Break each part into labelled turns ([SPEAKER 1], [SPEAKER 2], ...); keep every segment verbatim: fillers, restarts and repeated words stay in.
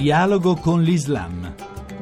[SPEAKER 1] Dialogo con l'Islam.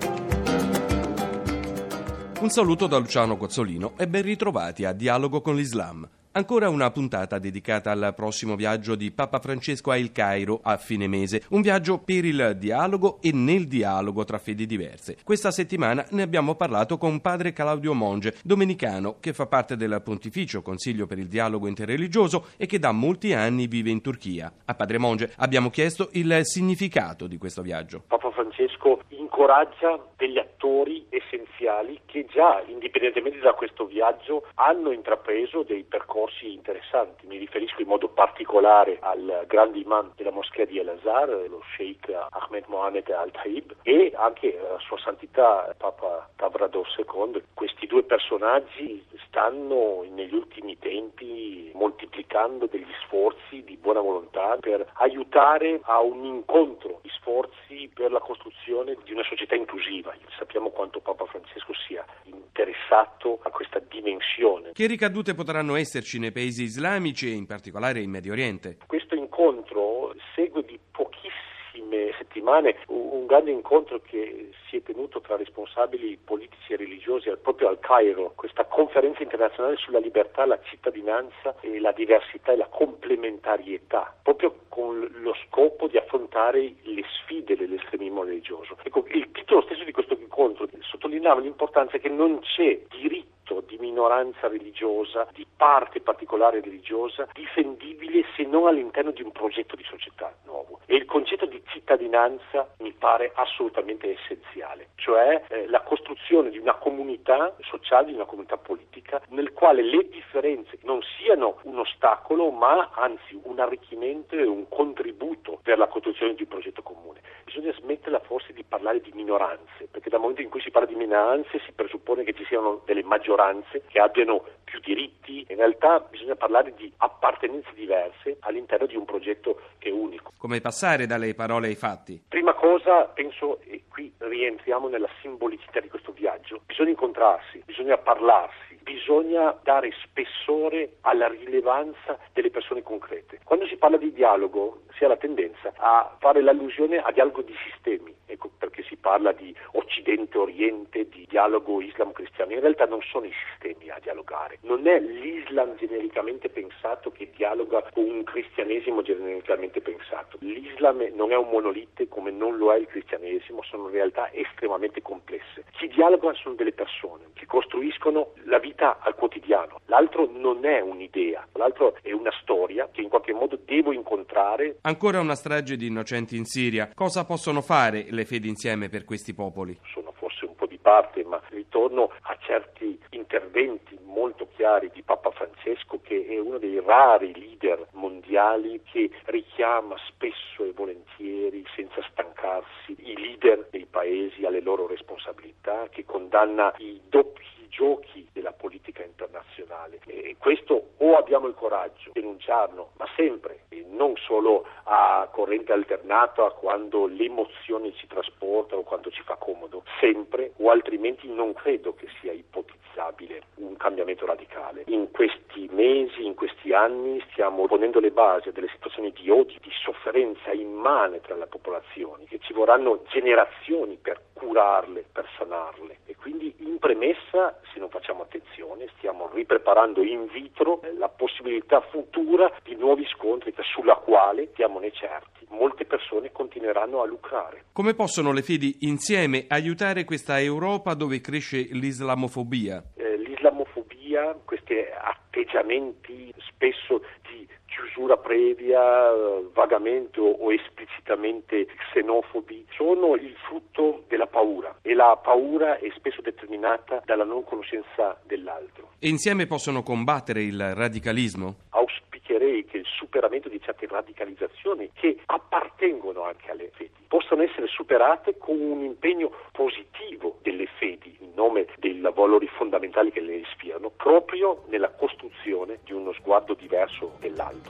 [SPEAKER 2] Un saluto da Luciano Cozzolino e ben ritrovati a Dialogo con l'Islam. Ancora una puntata dedicata al prossimo viaggio di Papa Francesco a Il Cairo a fine mese, un viaggio per il dialogo e nel dialogo tra fedi diverse. Questa settimana ne abbiamo parlato con padre Claudio Monge, domenicano che fa parte del Pontificio Consiglio per il Dialogo Interreligioso e che da molti anni vive in Turchia. A padre Monge abbiamo chiesto il significato di questo viaggio.
[SPEAKER 3] Papa Francesco incoraggia degli attori essenziali che già, indipendentemente da questo viaggio, hanno intrapreso dei percorsi interessanti. Mi riferisco in modo particolare al grande imam della moschea di El-Azhar, lo Sheikh Ahmed Mohammed Al-Taib, e anche a Sua Santità Papa Tabrados secondo. Questi due personaggi stanno negli ultimi tempi moltiplicando degli sforzi di buona volontà per aiutare a un incontro di sforzi per la costruzione di una società inclusiva. Sappiamo quanto Papa Francesco sia interessato a questa dimensione.
[SPEAKER 2] Che ricadute potranno esserci nei paesi islamici e in particolare in Medio Oriente?
[SPEAKER 3] Questo incontro segue di pochissime settimane un grande incontro che si è tenuto tra responsabili politici e religiosi proprio al Cairo, questa conferenza internazionale sulla libertà, la cittadinanza e la diversità e la complementarietà, proprio con lo scopo di affrontare le sfide dell'estremismo religioso. Ecco, il titolo stesso di questo incontro sottolineava l'importanza che non c'è diritto di minoranza religiosa, di parte particolare religiosa, difendibile se non all'interno di un progetto di società nuovo. E il concetto di cittadinanza mi pare assolutamente essenziale, cioè eh, la costruzione di una comunità sociale, di una comunità politica, nel quale le differenze non siano un ostacolo, ma anzi un arricchimento e un contributo per la costruzione di un progetto comune. Bisogna smetterla forse di parlare di minoranze, perché dal momento in cui si parla di minoranze si presuppone che ci siano delle maggioranze che abbiano più diritti. In realtà bisogna parlare di appartenenze diverse all'interno di un progetto che è unico.
[SPEAKER 2] Come passare dalle parole ai fatti?
[SPEAKER 3] Prima cosa, penso, e qui rientriamo nella simbolicità di questo viaggio, bisogna incontrarsi, bisogna parlarsi, bisogna dare spessore alla rilevanza delle persone concrete. Quando si parla di dialogo si ha la tendenza a fare l'allusione a dialogo di sistemi, ecco perché si parla di Occidente-Oriente, di dialogo islam-cristiano. In realtà non sono i sistemi a dialogare, non è l'Islam genericamente pensato che dialoga con un cristianesimo genericamente pensato. L'Islam non è un monolite come non lo è il cristianesimo, sono realtà estremamente complesse. Chi dialoga sono delle persone che costruiscono la vita al quotidiano. L'altro non è un'idea, l'altro è una storia che in qualche modo devo incontrare.
[SPEAKER 2] Ancora una strage di innocenti in Siria. Cosa possono fare le fedi insieme per questi popoli?
[SPEAKER 3] Sono forse un po' di parte, ma ritorno a certi interventi molto chiari di Papa Francesco, che è uno dei rari leader mondiali che richiama spesso e volentieri, senza stancarsi, i leader dei paesi alle loro responsabilità, che condanna i doppi giochi della politica internazionale. E questo o abbiamo il coraggio di denunciarlo, ma sempre, e non solo a corrente alternata quando l'emozione ci trasporta o quando ci fa comodo, sempre, o altrimenti non credo che sia ipotizzabile un cambiamento radicale. In questi mesi, in questi anni stiamo ponendo le basi a delle situazioni di odio, di sofferenza immane tra le popolazioni, che ci vorranno generazioni per curarle, per sanarle. E quindi in premessa, se non facciamo attenzione, stiamo ripreparando in vitro la possibilità futura di nuovi scontri sulla quale, siamone certi, molte persone continueranno a lucrare.
[SPEAKER 2] Come possono le fedi insieme aiutare questa Europa dove cresce l'islamofobia?
[SPEAKER 3] Eh, l'islamofobia, questi atteggiamenti spesso di chiusura previa, vagamente o esplicitamente xenofobi, sono il frutto della paura, e la paura è spesso determinata dalla non conoscenza dell'altro.
[SPEAKER 2] E insieme possono combattere il radicalismo?
[SPEAKER 3] Auspicherei che il superamento di certe radicalizzazioni che appartengono anche alle fedi possano essere superate con un impegno positivo delle fedi in nome dei valori fondamentali che le ispirano, proprio nella costruzione di uno sguardo diverso dell'altro.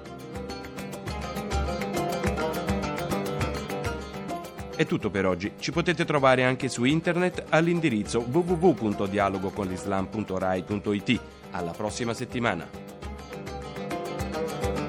[SPEAKER 2] È tutto per oggi. Ci potete trovare anche su internet all'indirizzo w w w punto dialogo con l'islam punto rai punto it. Alla prossima settimana.